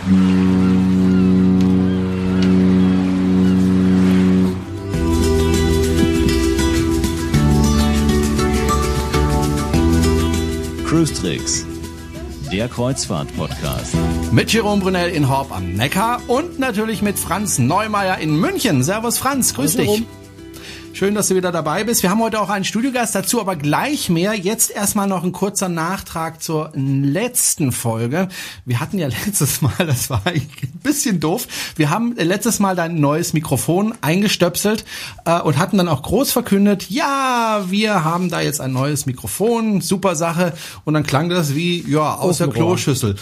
Cruise Tricks, der Kreuzfahrt-Podcast. Mit Jerome Brunel in Horb am Neckar und natürlich mit Franz Neumeier in München. Servus Franz, grüß dich. Schön, dass du wieder dabei bist. Wir haben heute auch einen Studiogast dazu, aber gleich mehr. Jetzt erstmal noch ein kurzer Nachtrag zur letzten Folge. Wir hatten ja letztes Mal, das war ein bisschen doof, wir haben letztes Mal dein neues Mikrofon eingestöpselt und hatten dann auch groß verkündet, ja, wir haben da jetzt ein neues Mikrofon, super Sache. Und dann klang das wie, ja, aus der Kloschüssel.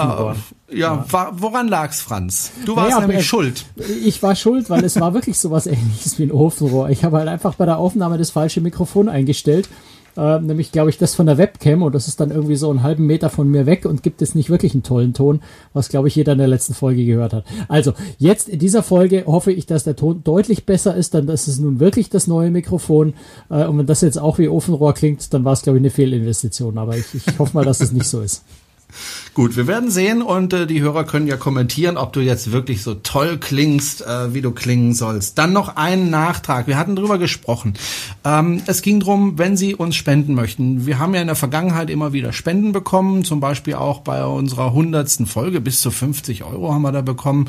Ja, woran lag's, Franz? Du warst nämlich schuld. Ich war schuld, weil es war wirklich sowas Ähnliches wie ein Ofenrohr. Ich habe halt einfach bei der Aufnahme das falsche Mikrofon eingestellt. Nämlich, glaube ich, das von der Webcam, und das ist dann irgendwie so einen halben Meter von mir weg und gibt es nicht wirklich einen tollen Ton, was, glaube ich, jeder in der letzten Folge gehört hat. Also, jetzt in dieser Folge hoffe ich, dass der Ton deutlich besser ist, dann ist es nun wirklich das neue Mikrofon. Und wenn das jetzt auch wie Ofenrohr klingt, dann war es, glaube ich, eine Fehlinvestition. Aber ich hoffe mal, dass es nicht so ist. Gut, wir werden sehen und die Hörer können ja kommentieren, ob du jetzt wirklich so toll klingst, wie du klingen sollst. Dann noch einen Nachtrag. Wir hatten drüber gesprochen. Es ging drum, wenn Sie uns spenden möchten. Wir haben ja in der Vergangenheit immer wieder Spenden bekommen, zum Beispiel auch bei unserer 100. Folge. Bis zu 50 € haben wir da bekommen.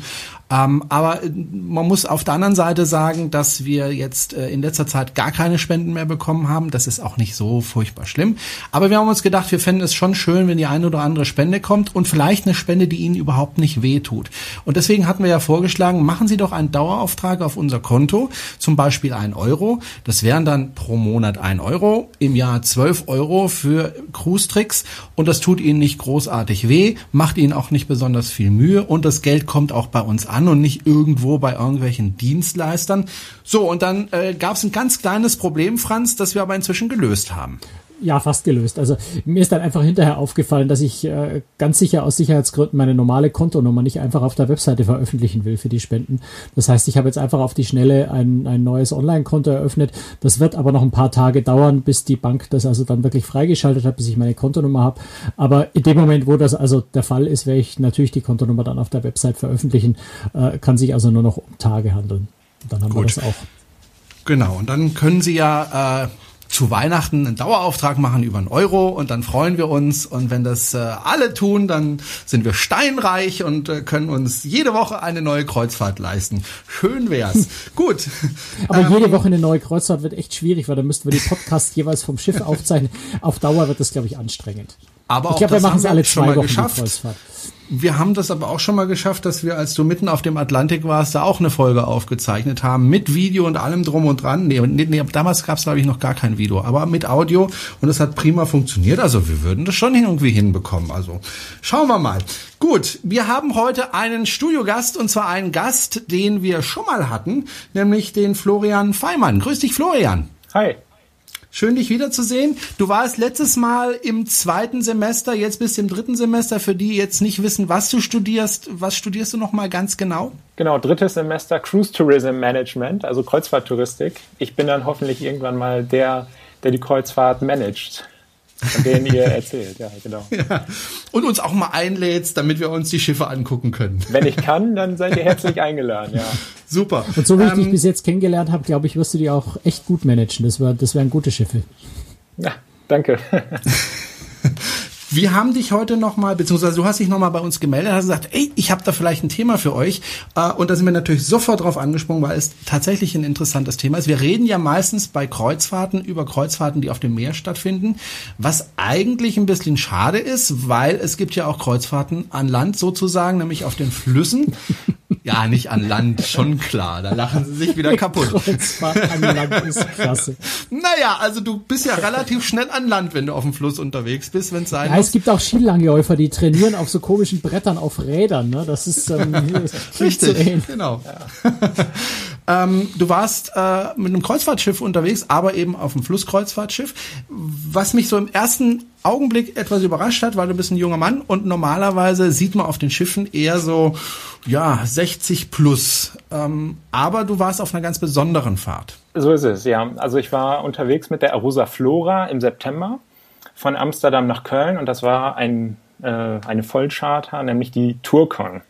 Aber man muss auf der anderen Seite sagen, dass wir jetzt in letzter Zeit gar keine Spenden mehr bekommen haben. Das ist auch nicht so furchtbar schlimm. Aber wir haben uns gedacht, wir fänden es schon schön, wenn die eine oder andere Spende kommt und vielleicht eine Spende, die Ihnen überhaupt nicht wehtut. Und deswegen hatten wir ja vorgeschlagen, machen Sie doch einen Dauerauftrag auf unser Konto, zum Beispiel 1 €. Das wären dann pro Monat 1 €, im Jahr 12 € für Cruise Tricks und das tut Ihnen nicht großartig weh, macht Ihnen auch nicht besonders viel Mühe und das Geld kommt auch bei uns an und nicht irgendwo bei irgendwelchen Dienstleistern. So, und dann gab es ein ganz kleines Problem, Franz, das wir aber inzwischen gelöst haben. Ja, fast gelöst. Also mir ist dann einfach hinterher aufgefallen, dass ich ganz sicher aus Sicherheitsgründen meine normale Kontonummer nicht einfach auf der Webseite veröffentlichen will für die Spenden. Das heißt, ich habe jetzt einfach auf die Schnelle ein neues Online-Konto eröffnet. Das wird aber noch ein paar Tage dauern, bis die Bank das also dann wirklich freigeschaltet hat, bis ich meine Kontonummer habe. Aber in dem Moment, wo das also der Fall ist, werde ich natürlich die Kontonummer dann auf der Website veröffentlichen. Kann sich also nur noch um Tage handeln. Und dann haben wir das auch. Genau, und dann können Sie ja zu Weihnachten einen Dauerauftrag machen über 1 € und dann freuen wir uns. Und wenn das alle tun, dann sind wir steinreich und können uns jede Woche eine neue Kreuzfahrt leisten. Schön wär's. Gut. Aber jede Woche eine neue Kreuzfahrt wird echt schwierig, weil dann müssten wir die Podcasts jeweils vom Schiff aufzeichnen. Auf Dauer wird das, glaube ich, anstrengend. Aber ich glaube, wir machen es alle 2 Wochen geschafft. die Kreuzfahrt. Wir haben das aber auch schon mal geschafft, dass wir, als du mitten auf dem Atlantik warst, da auch eine Folge aufgezeichnet haben, mit Video und allem drum und dran. Nee, damals gab es, glaube ich, noch gar kein Video, aber mit Audio und es hat prima funktioniert. Also wir würden das schon irgendwie hinbekommen. Also schauen wir mal. Gut, wir haben heute einen Studiogast und zwar einen Gast, den wir schon mal hatten, nämlich den Florian Feimann. Grüß dich, Florian. Hi. Schön, dich wiederzusehen. Du warst letztes Mal im 2. Semester, jetzt bist du im 3. Semester. Für die jetzt nicht wissen, was du studierst, was studierst du noch mal ganz genau? Genau, 3. Semester Cruise Tourism Management, also Kreuzfahrttouristik. Ich bin dann hoffentlich irgendwann mal der die Kreuzfahrt managt, von denen ihr erzählt. Ja, genau. Ja. Und uns auch mal einlädst, damit wir uns die Schiffe angucken können. Wenn ich kann, dann seid ihr herzlich eingeladen, ja. Super. Und so wie ich dich bis jetzt kennengelernt habe, glaube ich, wirst du die auch echt gut managen. Das wären gute Schiffe. Ja, danke. Wir haben dich heute nochmal, beziehungsweise du hast dich nochmal bei uns gemeldet, hast gesagt, ey, ich habe da vielleicht ein Thema für euch. Und da sind wir natürlich sofort drauf angesprungen, weil es tatsächlich ein interessantes Thema ist. Wir reden ja meistens bei Kreuzfahrten über Kreuzfahrten, die auf dem Meer stattfinden, was eigentlich ein bisschen schade ist, weil es gibt ja auch Kreuzfahrten an Land sozusagen, nämlich auf den Flüssen. Ja, nicht an Land, schon klar. Da lachen sie sich wieder kaputt. Kreuzfahrt an Land ist klasse. Naja, also du bist ja relativ schnell an Land, wenn du auf dem Fluss unterwegs bist, wenn es sein muss. Es gibt auch Skilangläufer, die trainieren auf so komischen Brettern auf Rädern. Ne? Das ist richtig, genau. Ja. Du warst mit einem Kreuzfahrtschiff unterwegs, aber eben auf einem Flusskreuzfahrtschiff. Was mich so im ersten Augenblick etwas überrascht hat, weil du bist ein junger Mann und normalerweise sieht man auf den Schiffen eher so 60 plus. Aber du warst auf einer ganz besonderen Fahrt. So ist es, ja. Also ich war unterwegs mit der Arosa Flora im September von Amsterdam nach Köln und das war eine Vollcharter, nämlich die Tourcon.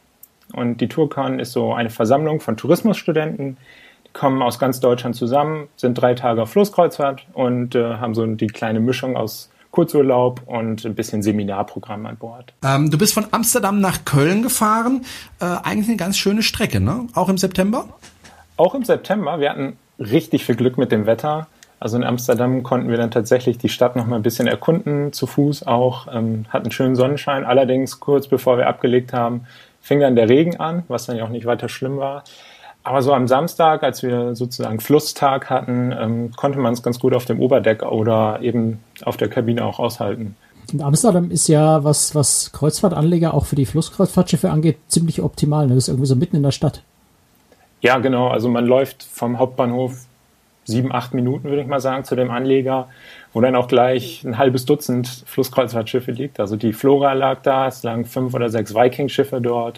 Und die TourCon ist so eine Versammlung von Tourismusstudenten, die kommen aus ganz Deutschland zusammen, sind 3 Tage auf Flusskreuzfahrt und haben so die kleine Mischung aus Kurzurlaub und ein bisschen Seminarprogramm an Bord. Du bist von Amsterdam nach Köln gefahren. Eigentlich eine ganz schöne Strecke, ne? Auch im September? Auch im September. Wir hatten richtig viel Glück mit dem Wetter. Also in Amsterdam konnten wir dann tatsächlich die Stadt noch mal ein bisschen erkunden, zu Fuß auch. Hatten schönen Sonnenschein. Allerdings kurz bevor wir abgelegt haben, fing dann der Regen an, was dann ja auch nicht weiter schlimm war. Aber so am Samstag, als wir sozusagen Flusstag hatten, konnte man es ganz gut auf dem Oberdeck oder eben auf der Kabine auch aushalten. Und Amsterdam ist ja, was Kreuzfahrtanleger auch für die Flusskreuzfahrtschiffe angeht, ziemlich optimal. Das ist irgendwie so mitten in der Stadt. Ja, genau. Also man läuft vom Hauptbahnhof 7-8 Minuten, würde ich mal sagen, zu dem Anleger, wo dann auch gleich ein halbes Dutzend Flusskreuzfahrtschiffe liegt. Also die Flora lag da, es lagen 5 oder 6 Viking-Schiffe dort.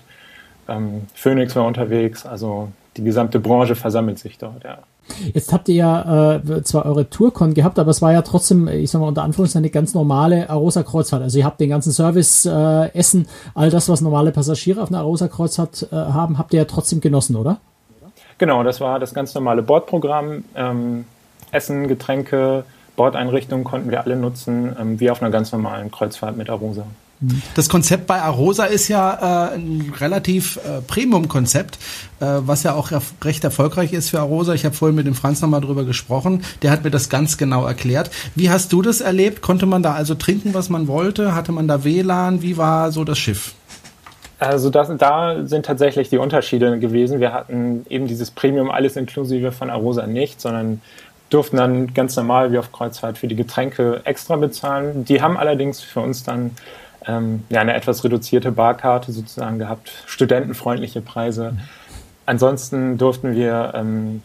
Phoenix war unterwegs, also die gesamte Branche versammelt sich dort, ja. Jetzt habt ihr ja zwar eure TourCon gehabt, aber es war ja trotzdem, ich sag mal unter Anführungszeichen, eine ganz normale Arosa-Kreuzfahrt. Also ihr habt den ganzen Service, Essen, all das, was normale Passagiere auf einer Arosa-Kreuzfahrt haben, habt ihr ja trotzdem genossen, oder? Genau, das war das ganz normale Bordprogramm. Essen, Getränke, Bordeinrichtungen konnten wir alle nutzen, wie auf einer ganz normalen Kreuzfahrt mit Arosa. Das Konzept bei Arosa ist ja ein relativ Premium-Konzept, was ja auch recht erfolgreich ist für Arosa. Ich habe vorhin mit dem Franz nochmal drüber gesprochen. Der hat mir das ganz genau erklärt. Wie hast du das erlebt? Konnte man da also trinken, was man wollte? Hatte man da WLAN? Wie war so das Schiff? Also da sind tatsächlich die Unterschiede gewesen. Wir hatten eben dieses Premium alles inklusive von Arosa nicht, sondern durften dann ganz normal wie auf Kreuzfahrt für die Getränke extra bezahlen. Die haben allerdings für uns dann eine etwas reduzierte Barkarte sozusagen gehabt, studentenfreundliche Preise. Ansonsten durften wir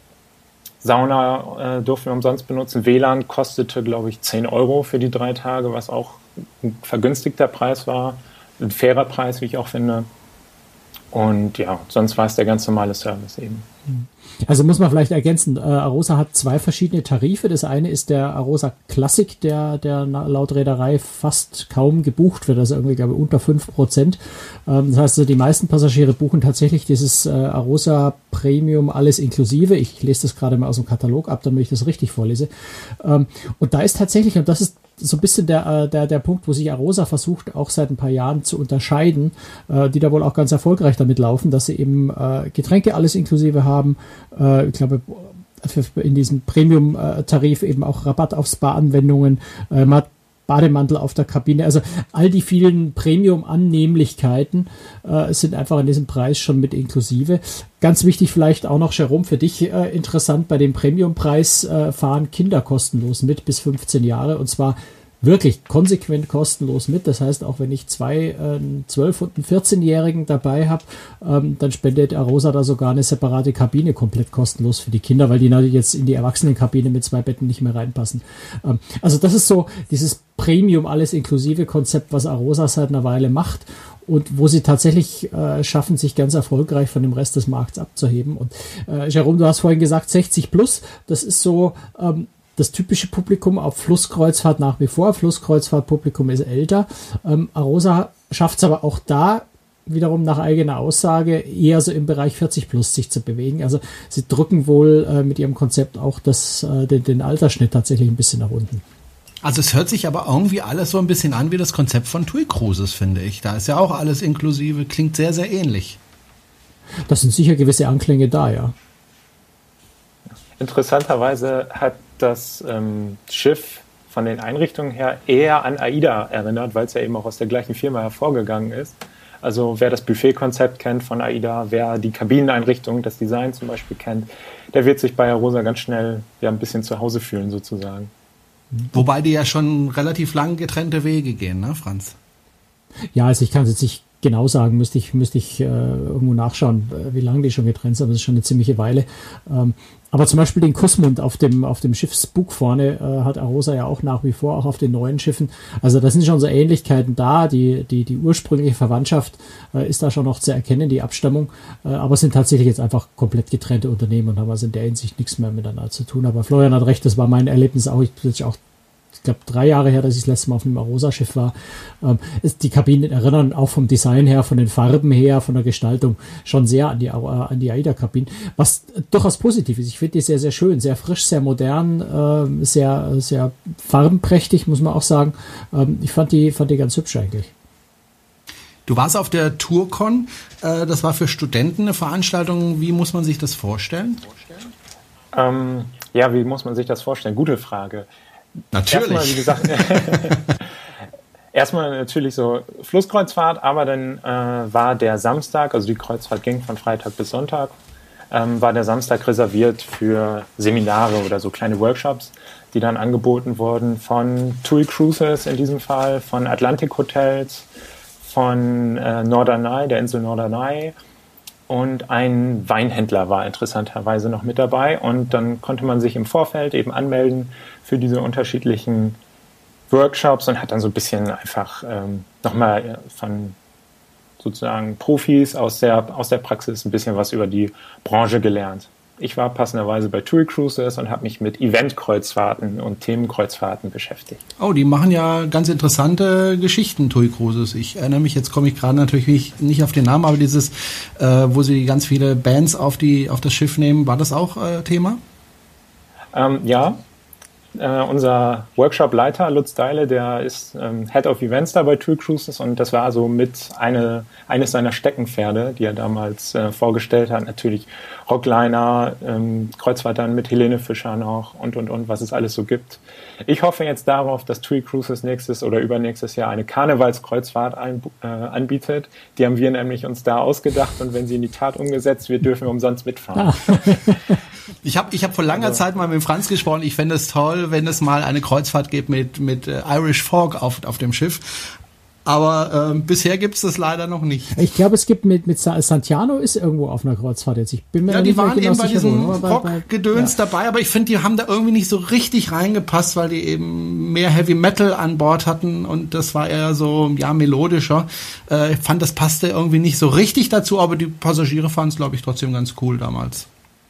Sauna durften wir umsonst benutzen. WLAN kostete, glaube ich, 10 € für die 3 Tage, was auch ein vergünstigter Preis war. Ein fairer Preis, wie ich auch finde. Und ja, sonst war es der ganz normale Service eben. Also muss man vielleicht ergänzen, Arosa hat 2 verschiedene Tarife. Das eine ist der Arosa Classic, der laut Reederei fast kaum gebucht wird, also irgendwie, glaube ich, unter 5%. Das heißt, also die meisten Passagiere buchen tatsächlich dieses Arosa Premium alles inklusive. Ich lese das gerade mal aus dem Katalog ab, damit ich das richtig vorlese. Und da ist tatsächlich, und das ist so ein bisschen der Punkt, wo sich Arosa versucht, auch seit ein paar Jahren zu unterscheiden, die da wohl auch ganz erfolgreich damit laufen, dass sie eben Getränke alles inklusive haben. Ich glaube, in diesem Premium-Tarif eben auch Rabatt auf Spa-Anwendungen, man hat Bademantel auf der Kabine. Also all die vielen Premium-Annehmlichkeiten sind einfach in diesem Preis schon mit inklusive. Ganz wichtig vielleicht auch noch, Jerome, für dich interessant, bei dem Premium-Preis fahren Kinder kostenlos mit bis 15 Jahre und zwar wirklich konsequent kostenlos mit. Das heißt, auch wenn ich 2 12- und einen 14-Jährigen dabei habe, dann spendet Arosa da sogar eine separate Kabine komplett kostenlos für die Kinder, weil die natürlich jetzt in die Erwachsenenkabine mit 2 Betten nicht mehr reinpassen. Also das ist so dieses Premium alles inklusive Konzept, was Arosa seit einer Weile macht und wo sie tatsächlich schaffen, sich ganz erfolgreich von dem Rest des Markts abzuheben. Und Jerome, du hast vorhin gesagt 60 plus, das ist so das typische Publikum auf Flusskreuzfahrt nach wie vor. Flusskreuzfahrtpublikum ist älter. Arosa schafft es aber auch da wiederum nach eigener Aussage eher so im Bereich 40 plus sich zu bewegen. Also sie drücken wohl mit ihrem Konzept auch den Altersschnitt tatsächlich ein bisschen nach unten. Also es hört sich aber irgendwie alles so ein bisschen an wie das Konzept von TUI Cruises, finde ich. Da ist ja auch alles inklusive, klingt sehr, sehr ähnlich. Das sind sicher gewisse Anklänge da, ja. Interessanterweise hat das Schiff von den Einrichtungen her eher an AIDA erinnert, weil es ja eben auch aus der gleichen Firma hervorgegangen ist. Also wer das Buffet-Konzept kennt von AIDA, wer die Kabineneinrichtung, das Design zum Beispiel kennt, der wird sich bei Arosa ganz schnell ein bisschen zu Hause fühlen sozusagen. Wobei die ja schon relativ lang getrennte Wege gehen, ne, Franz? Ja, also ich kann es jetzt nicht genau sagen, müsste ich irgendwo nachschauen, wie lange die schon getrennt sind, aber das ist schon eine ziemliche Weile. Aber zum Beispiel den Kussmund auf dem Schiffsbug vorne hat Arosa ja auch nach wie vor, auch auf den neuen Schiffen. Also da sind schon so Ähnlichkeiten da. Die ursprüngliche Verwandtschaft ist da schon noch zu erkennen, die Abstammung. Aber es sind tatsächlich jetzt einfach komplett getrennte Unternehmen und haben also in der Hinsicht nichts mehr miteinander zu tun. Aber Florian hat recht, das war mein Erlebnis auch. Ich bin jetzt auch ich glaube 3 Jahre her, dass ich das letzte Mal auf einem Arosa-Schiff war. Die Kabinen erinnern auch vom Design her, von den Farben her, von der Gestaltung schon sehr an die AIDA-Kabinen, was durchaus positiv ist. Ich finde die sehr, sehr schön, sehr frisch, sehr modern, sehr, sehr farbenprächtig, muss man auch sagen. Ich fand die ganz hübsch eigentlich. Du warst auf der TourCon, das war für Studenten eine Veranstaltung. Wie muss man sich das vorstellen? Ja, wie muss man sich das vorstellen? Gute Frage. Natürlich. Erstmal, wie gesagt, erstmal natürlich so Flusskreuzfahrt, aber dann war der Samstag, also die Kreuzfahrt ging von Freitag bis Sonntag, war der Samstag reserviert für Seminare oder so kleine Workshops, die dann angeboten wurden von TUI Cruises in diesem Fall, von Atlantic Hotels, von Norderney, der Insel Norderney, und ein Weinhändler war interessanterweise noch mit dabei, und dann konnte man sich im Vorfeld eben anmelden für diese unterschiedlichen Workshops und hat dann so ein bisschen einfach nochmal von sozusagen Profis aus der Praxis ein bisschen was über die Branche gelernt. Ich war passenderweise bei TUI Cruises und habe mich mit Eventkreuzfahrten und Themenkreuzfahrten beschäftigt. Oh, die machen ja ganz interessante Geschichten, TUI Cruises. Ich erinnere mich, jetzt komme ich gerade natürlich nicht auf den Namen, aber dieses, wo sie ganz viele Bands auf das Schiff nehmen, war das auch Thema? Ja. Unser Workshop-Leiter Lutz Deile, der ist Head of Events da bei TUI Cruises, und das war so mit eines seiner Steckenpferde, die er damals vorgestellt hat. Natürlich Rockliner, Kreuzfahrtern mit Helene Fischer noch und, was es alles so gibt. Ich hoffe jetzt darauf, dass TUI Cruises nächstes oder übernächstes Jahr eine Karnevalskreuzfahrt anbietet. Die haben wir nämlich uns da ausgedacht, und wenn sie in die Tat umgesetzt wird, dürfen wir umsonst mitfahren. Ich hab vor langer Zeit mal mit Franz gesprochen. Ich fände es toll, wenn es mal eine Kreuzfahrt gibt mit Irish Folk auf dem Schiff. Aber bisher gibt es das leider noch nicht. Ich glaube, es gibt mit Santiano ist irgendwo auf einer Kreuzfahrt jetzt. Ich bin mir ja, die waren genau eben bei diesem ja. Rock-Gedöns dabei, aber ich finde, die haben da irgendwie nicht so richtig reingepasst, weil die eben mehr Heavy Metal an Bord hatten, und das war eher so, ja, melodischer. Ich fand, das passte irgendwie nicht so richtig dazu, aber die Passagiere fanden es, glaube ich, trotzdem ganz cool damals.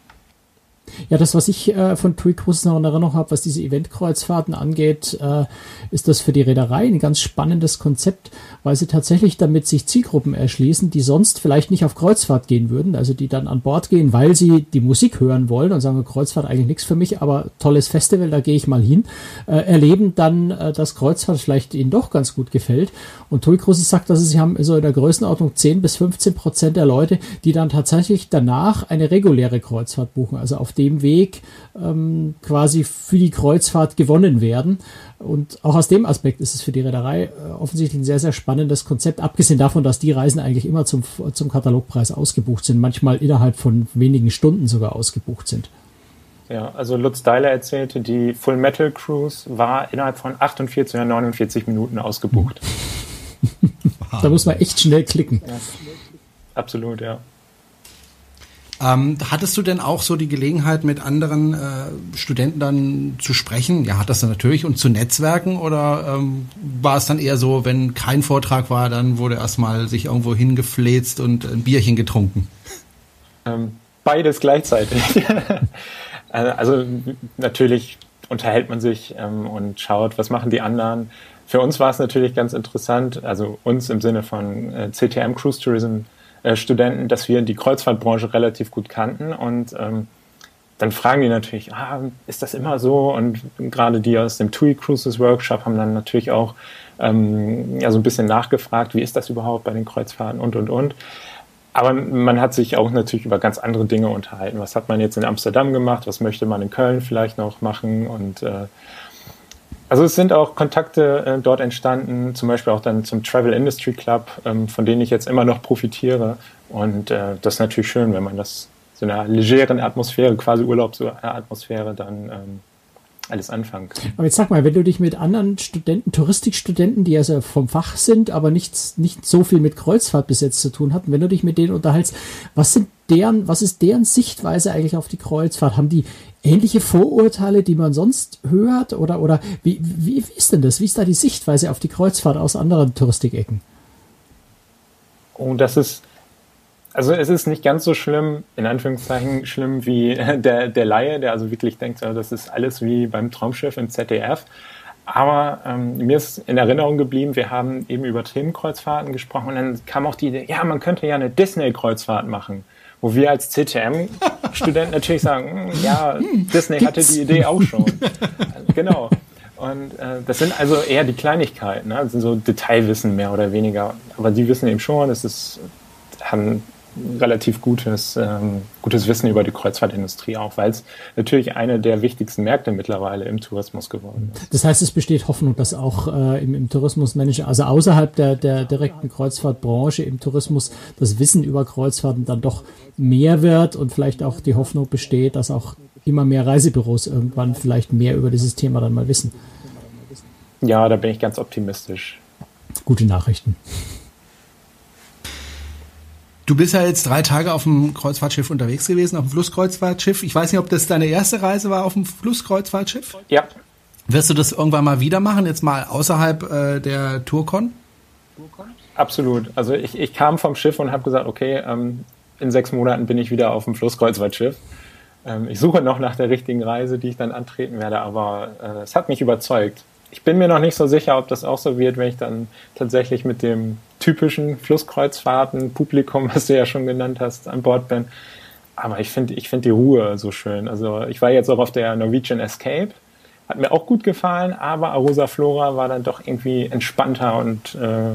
Ja, das, was ich von TUI Cruises noch in Erinnerung habe, was diese Eventkreuzfahrten angeht, ist das für die Reederei ein ganz spannendes Konzept, weil sie tatsächlich damit sich Zielgruppen erschließen, die sonst vielleicht nicht auf Kreuzfahrt gehen würden, also die dann an Bord gehen, weil sie die Musik hören wollen und sagen, Kreuzfahrt eigentlich nichts für mich, aber tolles Festival, da gehe ich mal hin, erleben dann, dass Kreuzfahrt vielleicht ihnen doch ganz gut gefällt. Und TUI Cruises sagt, dass sie haben so in der Größenordnung 10-15% der Leute, die dann tatsächlich danach eine reguläre Kreuzfahrt buchen, also auf dem Weg quasi für die Kreuzfahrt gewonnen werden. Und auch aus dem Aspekt ist es für die Reederei offensichtlich ein sehr, sehr spannendes Konzept, abgesehen davon, dass die Reisen eigentlich immer zum Katalogpreis ausgebucht sind, manchmal innerhalb von wenigen Stunden sogar ausgebucht sind. Ja, also Lutz Deiler erzählte, die Full Metal Cruise war innerhalb von 48 oder 49 Minuten ausgebucht. Da muss man echt schnell klicken. Ja, absolut, ja. Hattest du denn auch so die Gelegenheit, mit anderen Studenten dann zu sprechen? Ja, hattest du natürlich, und zu netzwerken, oder war es dann eher so, wenn kein Vortrag war, dann wurde erstmal sich irgendwo hingefläzt und ein Bierchen getrunken? Beides gleichzeitig. Also natürlich unterhält man sich und schaut, was machen die anderen. Für uns war es natürlich ganz interessant, also uns im Sinne von CTM Cruise Tourism Studenten, dass wir die Kreuzfahrtbranche relativ gut kannten, und dann fragen die natürlich, ist das immer so? Und gerade die aus dem TUI Cruises Workshop haben dann natürlich auch so ein bisschen nachgefragt, wie ist das überhaupt bei den Kreuzfahrten und. Aber man hat sich auch natürlich über ganz andere Dinge unterhalten. Was hat man jetzt in Amsterdam gemacht? Was möchte man in Köln vielleicht noch machen? Und also es sind auch Kontakte dort entstanden, zum Beispiel auch dann zum Travel Industry Club, von denen ich jetzt immer noch profitiere. Und das ist natürlich schön, wenn man das so in einer legeren Atmosphäre, quasi Urlaubsatmosphäre, dann alles anfangen kann. Aber jetzt sag mal, wenn du dich mit anderen Studenten, Touristikstudenten, die also vom Fach sind, aber nicht so viel mit Kreuzfahrt bis jetzt zu tun hatten, wenn du dich mit denen unterhältst, was ist deren Sichtweise eigentlich auf die Kreuzfahrt? Haben die ähnliche Vorurteile, die man sonst hört? Oder wie ist denn das? Wie ist da die Sichtweise auf die Kreuzfahrt aus anderen Touristikecken? Oh, es ist nicht ganz so schlimm, in Anführungszeichen schlimm, wie der Laie, der also wirklich denkt, das ist alles wie beim Traumschiff im ZDF. Aber mir ist in Erinnerung geblieben, wir haben eben über Themenkreuzfahrten gesprochen und dann kam auch die Idee, ja, man könnte ja eine Disney-Kreuzfahrt machen. Wo wir als CTM-Studenten natürlich sagen, ja, Disney hatte die Idee auch schon. Genau. Und das sind also eher die Kleinigkeiten, ne? Das sind so Detailwissen mehr oder weniger. Aber die wissen eben schon, haben relativ gutes Wissen über die Kreuzfahrtindustrie auch, weil es natürlich eine der wichtigsten Märkte mittlerweile im Tourismus geworden ist. Das heißt, es besteht Hoffnung, dass auch im Tourismusmanagement, also außerhalb der direkten Kreuzfahrtbranche im Tourismus, das Wissen über Kreuzfahrten dann doch mehr wird und vielleicht auch die Hoffnung besteht, dass auch immer mehr Reisebüros irgendwann vielleicht mehr über dieses Thema dann mal wissen. Ja, da bin ich ganz optimistisch. Gute Nachrichten. Du bist ja jetzt 3 Tage auf dem Kreuzfahrtschiff unterwegs gewesen, auf dem Flusskreuzfahrtschiff. Ich weiß nicht, ob das deine erste Reise war auf dem Flusskreuzfahrtschiff? Ja. Wirst du das irgendwann mal wieder machen, jetzt mal außerhalb der Tourcon? Absolut. Also ich kam vom Schiff und habe gesagt, okay, in 6 Monaten bin ich wieder auf dem Flusskreuzfahrtschiff. Ich suche noch nach der richtigen Reise, die ich dann antreten werde, aber es hat mich überzeugt. Ich bin mir noch nicht so sicher, ob das auch so wird, wenn ich dann tatsächlich mit dem typischen Flusskreuzfahrten-Publikum, was du ja schon genannt hast, an Bord bin. Aber ich finde die Ruhe so schön. Also ich war jetzt auch auf der Norwegian Escape, hat mir auch gut gefallen, aber Arosa Flora war dann doch irgendwie entspannter und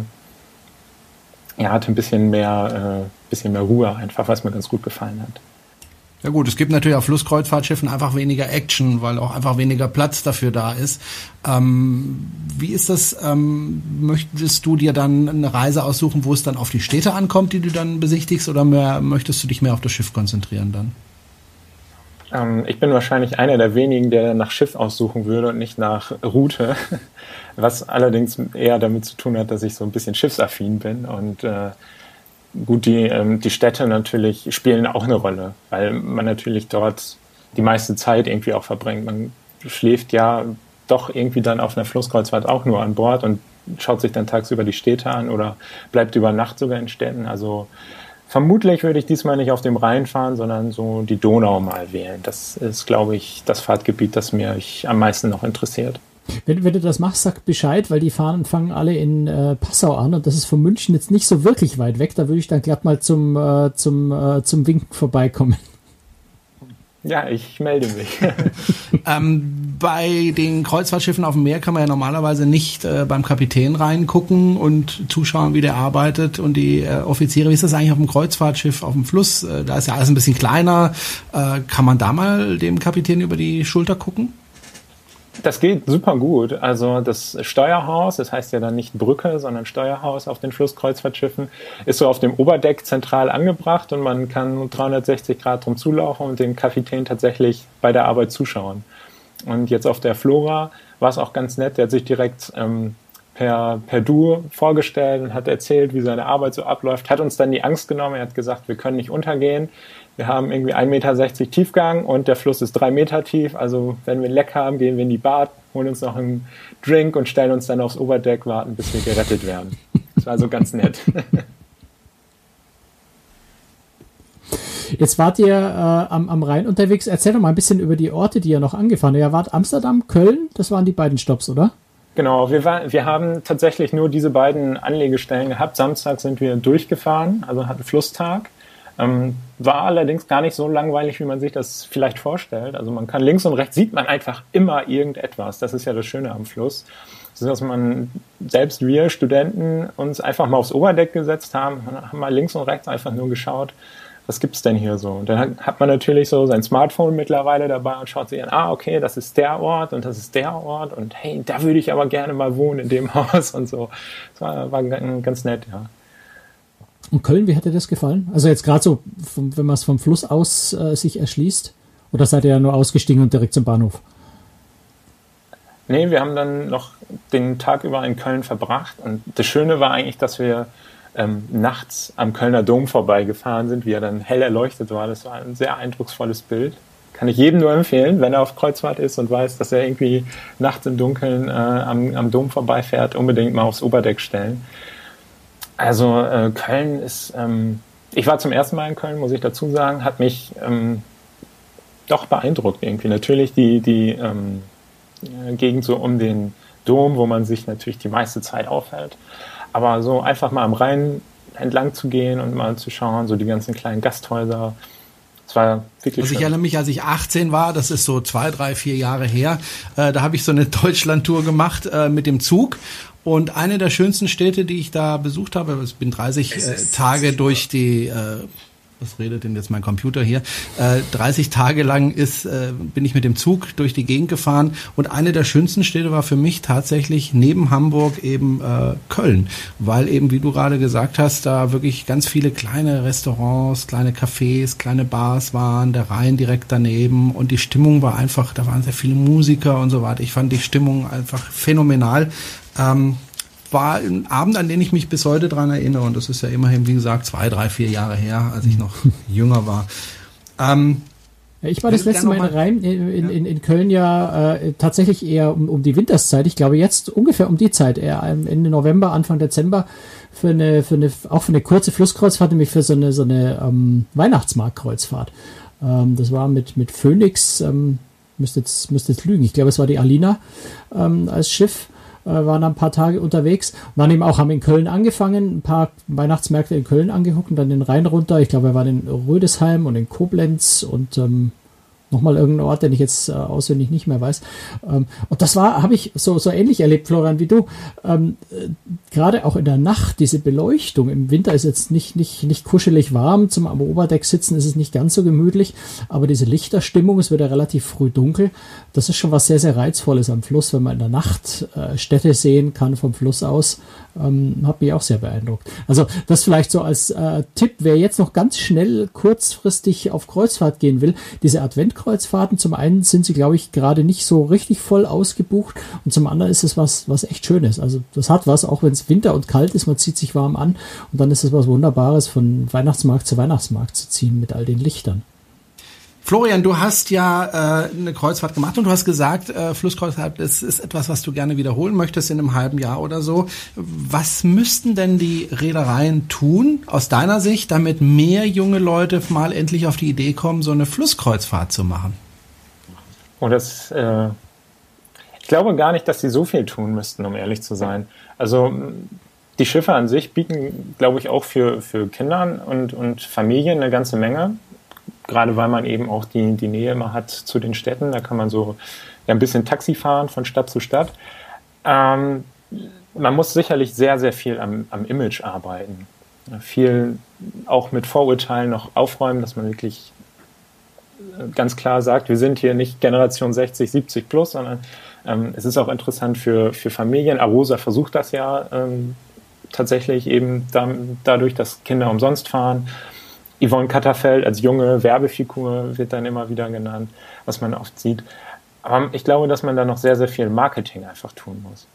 hatte ein bisschen mehr Ruhe einfach, was mir ganz gut gefallen hat. Ja gut, es gibt natürlich auf Flusskreuzfahrtschiffen einfach weniger Action, weil auch einfach weniger Platz dafür da ist. Wie ist das? Möchtest du dir dann eine Reise aussuchen, wo es dann auf die Städte ankommt, die du dann besichtigst, oder möchtest du dich mehr auf das Schiff konzentrieren dann? Ich bin wahrscheinlich einer der wenigen, der nach Schiff aussuchen würde und nicht nach Route, was allerdings eher damit zu tun hat, dass ich so ein bisschen schiffsaffin bin und gut, die Städte natürlich spielen auch eine Rolle, weil man natürlich dort die meiste Zeit irgendwie auch verbringt. Man schläft ja doch irgendwie dann auf einer Flusskreuzfahrt auch nur an Bord und schaut sich dann tagsüber die Städte an oder bleibt über Nacht sogar in Städten. Also vermutlich würde ich diesmal nicht auf dem Rhein fahren, sondern so die Donau mal wählen. Das ist, glaube ich, das Fahrtgebiet, das mich am meisten noch interessiert. Wenn du das machst, sag Bescheid, weil die Fahnen fangen alle in Passau an und das ist von München jetzt nicht so wirklich weit weg. Da würde ich dann glatt mal zum Winken vorbeikommen. Ja, ich melde mich. Bei den Kreuzfahrtschiffen auf dem Meer kann man ja normalerweise nicht beim Kapitän reingucken und zuschauen, wie der arbeitet und die Offiziere. Wie ist das eigentlich auf dem Kreuzfahrtschiff, auf dem Fluss? Da ist ja alles ein bisschen kleiner. Kann man da mal dem Kapitän über die Schulter gucken? Das geht super gut. Also das Steuerhaus, das heißt ja dann nicht Brücke, sondern Steuerhaus auf den Flusskreuzfahrtschiffen, ist so auf dem Oberdeck zentral angebracht und man kann 360 Grad drum zulaufen und dem Kapitän tatsächlich bei der Arbeit zuschauen. Und jetzt auf der Flora war es auch ganz nett, der hat sich direkt per Du vorgestellt und hat erzählt, wie seine Arbeit so abläuft, hat uns dann die Angst genommen, er hat gesagt, wir können nicht untergehen. Wir haben irgendwie 1,60 Meter Tiefgang und der Fluss ist 3 Meter tief. Also wenn wir ein Leck haben, gehen wir in die Bar, holen uns noch einen Drink und stellen uns dann aufs Oberdeck, warten, bis wir gerettet werden. Das war so ganz nett. Jetzt wart ihr am Rhein unterwegs. Erzähl doch mal ein bisschen über die Orte, die ihr noch angefahren habt. Ihr wart Amsterdam, Köln, das waren die beiden Stopps, oder? Genau, wir haben tatsächlich nur diese beiden Anlegestellen gehabt. Samstag sind wir durchgefahren, also hatten Flusstag. War allerdings gar nicht so langweilig, wie man sich das vielleicht vorstellt. Also man kann links und rechts, sieht man einfach immer irgendetwas. Das ist ja das Schöne am Fluss. So dass man, selbst wir Studenten, uns einfach mal aufs Oberdeck gesetzt haben mal links und rechts einfach nur geschaut, was gibt's denn hier so? Und dann hat man natürlich so sein Smartphone mittlerweile dabei und schaut sich an, okay, das ist der Ort und das ist der Ort und hey, da würde ich aber gerne mal wohnen in dem Haus und so. Das war ganz nett, ja. Und Köln, wie hat dir das gefallen? Also jetzt gerade so, wenn man es vom Fluss aus sich erschließt? Oder seid ihr ja nur ausgestiegen und direkt zum Bahnhof? Nee, wir haben dann noch den Tag über in Köln verbracht. Und das Schöne war eigentlich, dass wir nachts am Kölner Dom vorbeigefahren sind, wie er dann hell erleuchtet war. Das war ein sehr eindrucksvolles Bild. Kann ich jedem nur empfehlen, wenn er auf Kreuzfahrt ist und weiß, dass er irgendwie nachts im Dunkeln am Dom vorbeifährt, unbedingt mal aufs Oberdeck stellen. Also Köln ist, ich war zum ersten Mal in Köln, muss ich dazu sagen, hat mich doch beeindruckt irgendwie. Natürlich die Gegend so um den Dom, wo man sich natürlich die meiste Zeit aufhält. Aber so einfach mal am Rhein entlang zu gehen und mal zu schauen, so die ganzen kleinen Gasthäuser. Das war wirklich schön. Ich erinnere mich, als ich 18 war, das ist so 2, 3, 4 Jahre her, da habe ich so eine Deutschlandtour gemacht mit dem Zug. Und eine der schönsten Städte, die ich da besucht habe, ich bin 30 Tage durch die... was redet denn jetzt mein Computer hier? 30 Tage lang bin ich mit dem Zug durch die Gegend gefahren und eine der schönsten Städte war für mich tatsächlich neben Hamburg eben Köln, weil eben, wie du gerade gesagt hast, da wirklich ganz viele kleine Restaurants, kleine Cafés, kleine Bars waren, der Rhein direkt daneben und die Stimmung war einfach, da waren sehr viele Musiker und so weiter. Ich fand die Stimmung einfach phänomenal. War ein Abend, an den ich mich bis heute dran erinnere und das ist ja immerhin, wie gesagt, 2, 3, 4 Jahre her, als ich noch jünger war. Ich war das letzte Mal in Köln tatsächlich eher um die Winterszeit. Ich glaube jetzt ungefähr um die Zeit, eher Ende November, Anfang Dezember für eine kurze Flusskreuzfahrt, nämlich für so eine Weihnachtsmarktkreuzfahrt. Das war mit Phoenix, müsste jetzt lügen. Ich glaube, es war die Alina als Schiff. Waren ein paar Tage unterwegs und dann eben auch haben in Köln angefangen, ein paar Weihnachtsmärkte in Köln angeguckt und dann den Rhein runter. Ich glaube, wir waren in Rödesheim und in Koblenz und nochmal irgendein Ort, den ich jetzt auswendig nicht mehr weiß. Und das habe ich so ähnlich erlebt, Florian, wie du. Gerade auch in der Nacht, diese Beleuchtung. Im Winter ist jetzt nicht kuschelig warm. Am Oberdeck sitzen ist es nicht ganz so gemütlich. Aber diese Lichterstimmung, es wird ja relativ früh dunkel. Das ist schon was sehr, sehr Reizvolles am Fluss, wenn man in der Nacht Städte sehen kann vom Fluss aus. Hat mich auch sehr beeindruckt. Also das vielleicht so als Tipp, wer jetzt noch ganz schnell kurzfristig auf Kreuzfahrt gehen will. Diese Adventkreuzfahrten, zum einen sind sie, glaube ich, gerade nicht so richtig voll ausgebucht und zum anderen ist es was echt Schönes. Also das hat was, auch wenn es Winter und kalt ist, man zieht sich warm an und dann ist es was Wunderbares, von Weihnachtsmarkt zu Weihnachtsmarkt zu ziehen mit all den Lichtern. Florian, du hast ja eine Kreuzfahrt gemacht und du hast gesagt, Flusskreuzfahrt ist etwas, was du gerne wiederholen möchtest in einem halben Jahr oder so. Was müssten denn die Reedereien tun, aus deiner Sicht, damit mehr junge Leute mal endlich auf die Idee kommen, so eine Flusskreuzfahrt zu machen? Und ich glaube gar nicht, dass sie so viel tun müssten, um ehrlich zu sein. Also die Schiffe an sich bieten, glaube ich, auch für Kinder und Familien eine ganze Menge. Gerade weil man eben auch die Nähe immer hat zu den Städten. Da kann man so ein bisschen Taxi fahren von Stadt zu Stadt. Man muss sicherlich sehr, sehr viel am Image arbeiten. Viel auch mit Vorurteilen noch aufräumen, dass man wirklich ganz klar sagt, wir sind hier nicht Generation 60, 70 plus, sondern es ist auch interessant für Familien. Arosa versucht das ja tatsächlich eben dadurch, dass Kinder umsonst fahren. Yvonne Katterfeld als junge Werbefigur wird dann immer wieder genannt, was man oft sieht. Aber ich glaube, dass man da noch sehr, sehr viel Marketing einfach tun muss.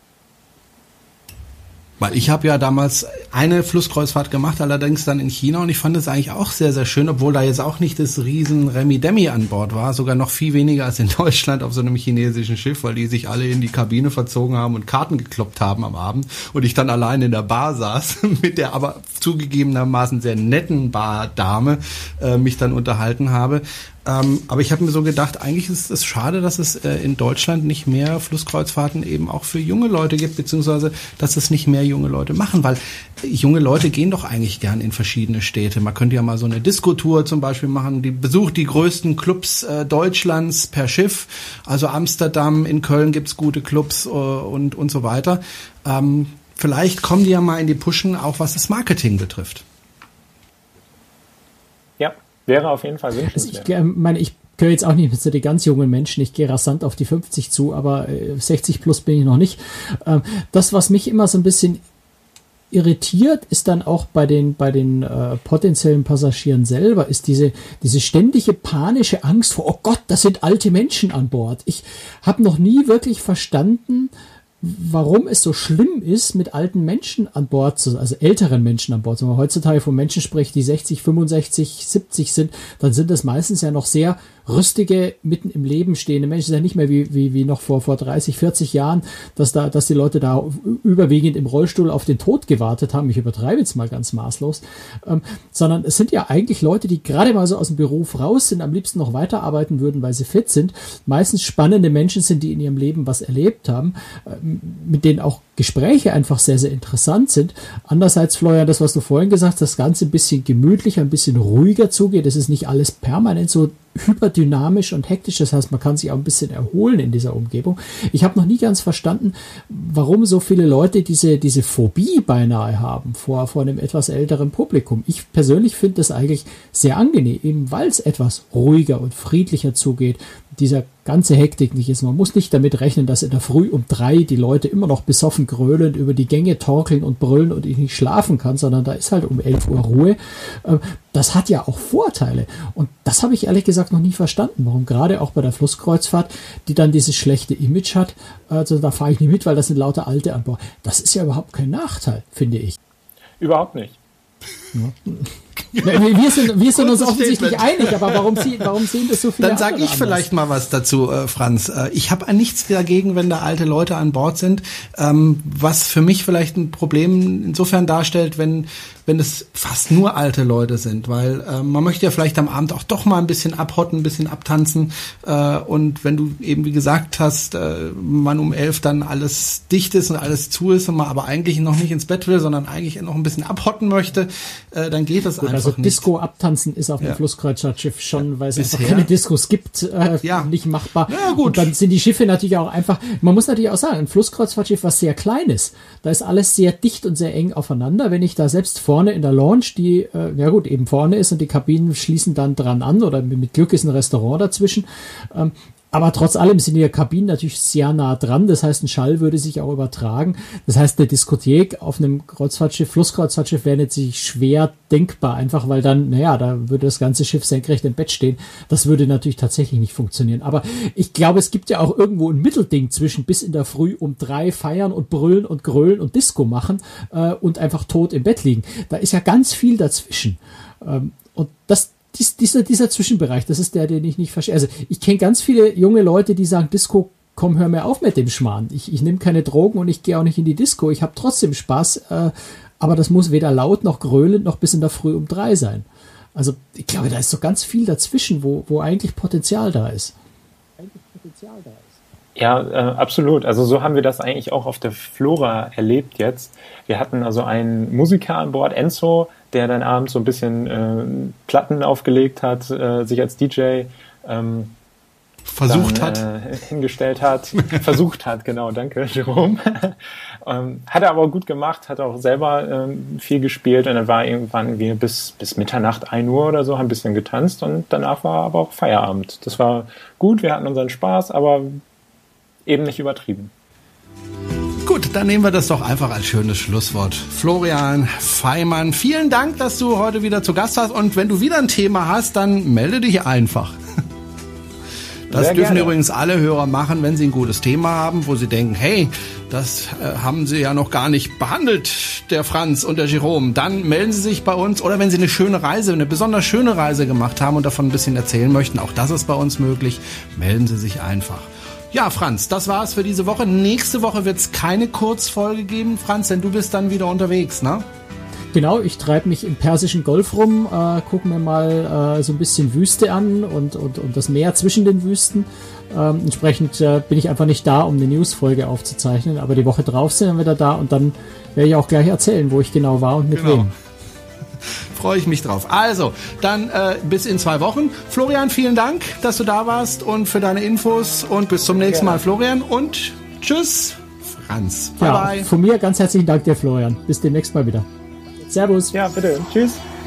Weil ich habe ja damals eine Flusskreuzfahrt gemacht, allerdings dann in China und ich fand es eigentlich auch sehr, sehr schön, obwohl da jetzt auch nicht das riesen Remi-Demi an Bord war, sogar noch viel weniger als in Deutschland auf so einem chinesischen Schiff, weil die sich alle in die Kabine verzogen haben und Karten gekloppt haben am Abend und ich dann allein in der Bar saß mit der aber zugegebenermaßen sehr netten Bardame mich dann unterhalten habe. Aber ich habe mir so gedacht, eigentlich ist es schade, dass es in Deutschland nicht mehr Flusskreuzfahrten eben auch für junge Leute gibt, beziehungsweise dass es nicht mehr junge Leute machen, weil junge Leute gehen doch eigentlich gern in verschiedene Städte. Man könnte ja mal so eine Disco-Tour zum Beispiel machen, die besucht die größten Clubs Deutschlands per Schiff, also Amsterdam, in Köln gibt's gute Clubs und so weiter. Vielleicht kommen die ja mal in die Pushen, auch was das Marketing betrifft. Ja. Wäre auf jeden Fall wünschenswert. Ich gehöre jetzt auch nicht zu den ganz jungen Menschen. Ich gehe rasant auf die 50 zu, aber 60 plus bin ich noch nicht. Das, was mich immer so ein bisschen irritiert, ist dann auch bei den potenziellen Passagieren selber, ist diese ständige panische Angst vor, oh Gott, das sind alte Menschen an Bord. Ich habe noch nie wirklich verstanden, warum es so schlimm ist, mit alten Menschen an Bord also älteren Menschen an Bord. Wenn man heutzutage von Menschen spricht, die 60, 65, 70 sind, dann sind das meistens ja noch sehr rüstige, mitten im Leben stehende Menschen. Das ist ja nicht mehr wie noch vor 30, 40 Jahren, dass die Leute da überwiegend im Rollstuhl auf den Tod gewartet haben. Ich übertreibe jetzt mal ganz maßlos. Sondern es sind ja eigentlich Leute, die gerade mal so aus dem Beruf raus sind, am liebsten noch weiterarbeiten würden, weil sie fit sind. Meistens spannende Menschen sind, die in ihrem Leben was erlebt haben. mit denen auch Gespräche einfach sehr, sehr interessant sind. Andererseits, Florian, das, was du vorhin gesagt hast, das Ganze ein bisschen gemütlicher, ein bisschen ruhiger zugeht. Es ist nicht alles permanent so hyperdynamisch und hektisch. Das heißt, man kann sich auch ein bisschen erholen in dieser Umgebung. Ich habe noch nie ganz verstanden, warum so viele Leute diese Phobie beinahe haben vor einem etwas älteren Publikum. Ich persönlich finde das eigentlich sehr angenehm, eben weil es etwas ruhiger und friedlicher zugeht. Dieser ganze Hektik nicht ist. Man muss nicht damit rechnen, dass in der Früh um 3 die Leute immer noch besoffen gröhlend über die Gänge torkeln und brüllen und ich nicht schlafen kann, sondern da ist halt um 11 Uhr Ruhe. Das hat ja auch Vorteile. Und das habe ich ehrlich gesagt noch nie verstanden, warum gerade auch bei der Flusskreuzfahrt, die dann dieses schlechte Image hat, also da fahre ich nicht mit, weil das sind lauter Alte an Bord. Das ist ja überhaupt kein Nachteil, finde ich. Überhaupt nicht. Ja. Wir sind uns offensichtlich einig, aber warum sehen das so viele? Dann sage ich vielleicht mal was dazu, Franz. Ich habe nichts dagegen, wenn da alte Leute an Bord sind. Was für mich vielleicht ein Problem insofern darstellt, wenn es fast nur alte Leute sind, weil man möchte ja vielleicht am Abend auch doch mal ein bisschen abhotten, ein bisschen abtanzen und wenn du eben wie gesagt hast, man um 11 dann alles dicht ist und alles zu ist und man aber eigentlich noch nicht ins Bett will, sondern eigentlich noch ein bisschen abhotten möchte, dann geht das einfach also nicht. Disco abtanzen ist auf dem Flusskreuzfahrtschiff schon, weil es einfach keine Diskos gibt, nicht machbar. Ja, gut. Und dann sind die Schiffe natürlich auch einfach, man muss natürlich auch sagen, ein Flusskreuzfahrtschiff, was sehr klein ist, da ist alles sehr dicht und sehr eng aufeinander. Wenn ich da selbst vorne in der Lounge, die, eben vorne ist und die Kabinen schließen dann dran an oder mit Glück ist ein Restaurant dazwischen, aber trotz allem sind die Kabinen natürlich sehr nah dran. Das heißt, ein Schall würde sich auch übertragen. Das heißt, eine Diskothek auf einem Kreuzfahrtschiff, Flusskreuzfahrtschiff wäre natürlich schwer denkbar. Einfach weil dann, da würde das ganze Schiff senkrecht im Bett stehen. Das würde natürlich tatsächlich nicht funktionieren. Aber ich glaube, es gibt ja auch irgendwo ein Mittelding zwischen bis in der Früh um 3 feiern und brüllen und grölen und Disco machen und einfach tot im Bett liegen. Da ist ja ganz viel dazwischen. Und dieser Zwischenbereich, das ist der, den ich nicht verstehe. Also ich kenne ganz viele junge Leute, die sagen, Disco, komm, hör mir auf mit dem Schmarrn. Ich nehme keine Drogen und ich gehe auch nicht in die Disco. Ich habe trotzdem Spaß, aber das muss weder laut noch gröhlend noch bis in der Früh um 3 sein. Also ich glaube, da ist so ganz viel dazwischen, wo eigentlich Potenzial da ist. Ja, absolut. Also so haben wir das eigentlich auch auf der Flora erlebt jetzt. Wir hatten also einen Musiker an Bord, Enzo, der dann abends so ein bisschen Platten aufgelegt hat, sich als DJ hingestellt hat. Versucht hat, genau, danke, Jerome. Hat er aber gut gemacht, hat auch selber viel gespielt und dann war irgendwann wir bis Mitternacht, 1 Uhr oder so, haben ein bisschen getanzt und danach war aber auch Feierabend. Das war gut, wir hatten unseren Spaß, aber eben nicht übertrieben. Gut, dann nehmen wir das doch einfach als schönes Schlusswort. Florian Feimann, vielen Dank, dass du heute wieder zu Gast warst. Und wenn du wieder ein Thema hast, dann melde dich einfach. Das Sehr dürfen gerne. übrigens alle Hörer machen, wenn sie ein gutes Thema haben, wo sie denken, hey, das haben sie ja noch gar nicht behandelt, der Franz und der Jerome. Dann melden sie sich bei uns. Oder wenn sie eine besonders schöne Reise gemacht haben und davon ein bisschen erzählen möchten, auch das ist bei uns möglich, melden sie sich einfach. Ja, Franz, das war's für diese Woche. Nächste Woche wird's keine Kurzfolge geben, Franz, denn du bist dann wieder unterwegs, ne? Genau, ich treibe mich im Persischen Golf rum, gucke mir mal so ein bisschen Wüste an und das Meer zwischen den Wüsten. Entsprechend bin ich einfach nicht da, um eine Newsfolge aufzuzeichnen, aber die Woche drauf sind wir wieder da und dann werde ich auch gleich erzählen, wo ich genau war und mit wem. Freue ich mich drauf. Also, dann bis in 2 Wochen. Florian, vielen Dank, dass du da warst und für deine Infos und bis zum nächsten Mal, Florian. Und tschüss, Franz. Bye, bye. Von mir ganz herzlichen Dank dir, Florian. Bis demnächst mal wieder. Servus. Ja, bitte. Tschüss.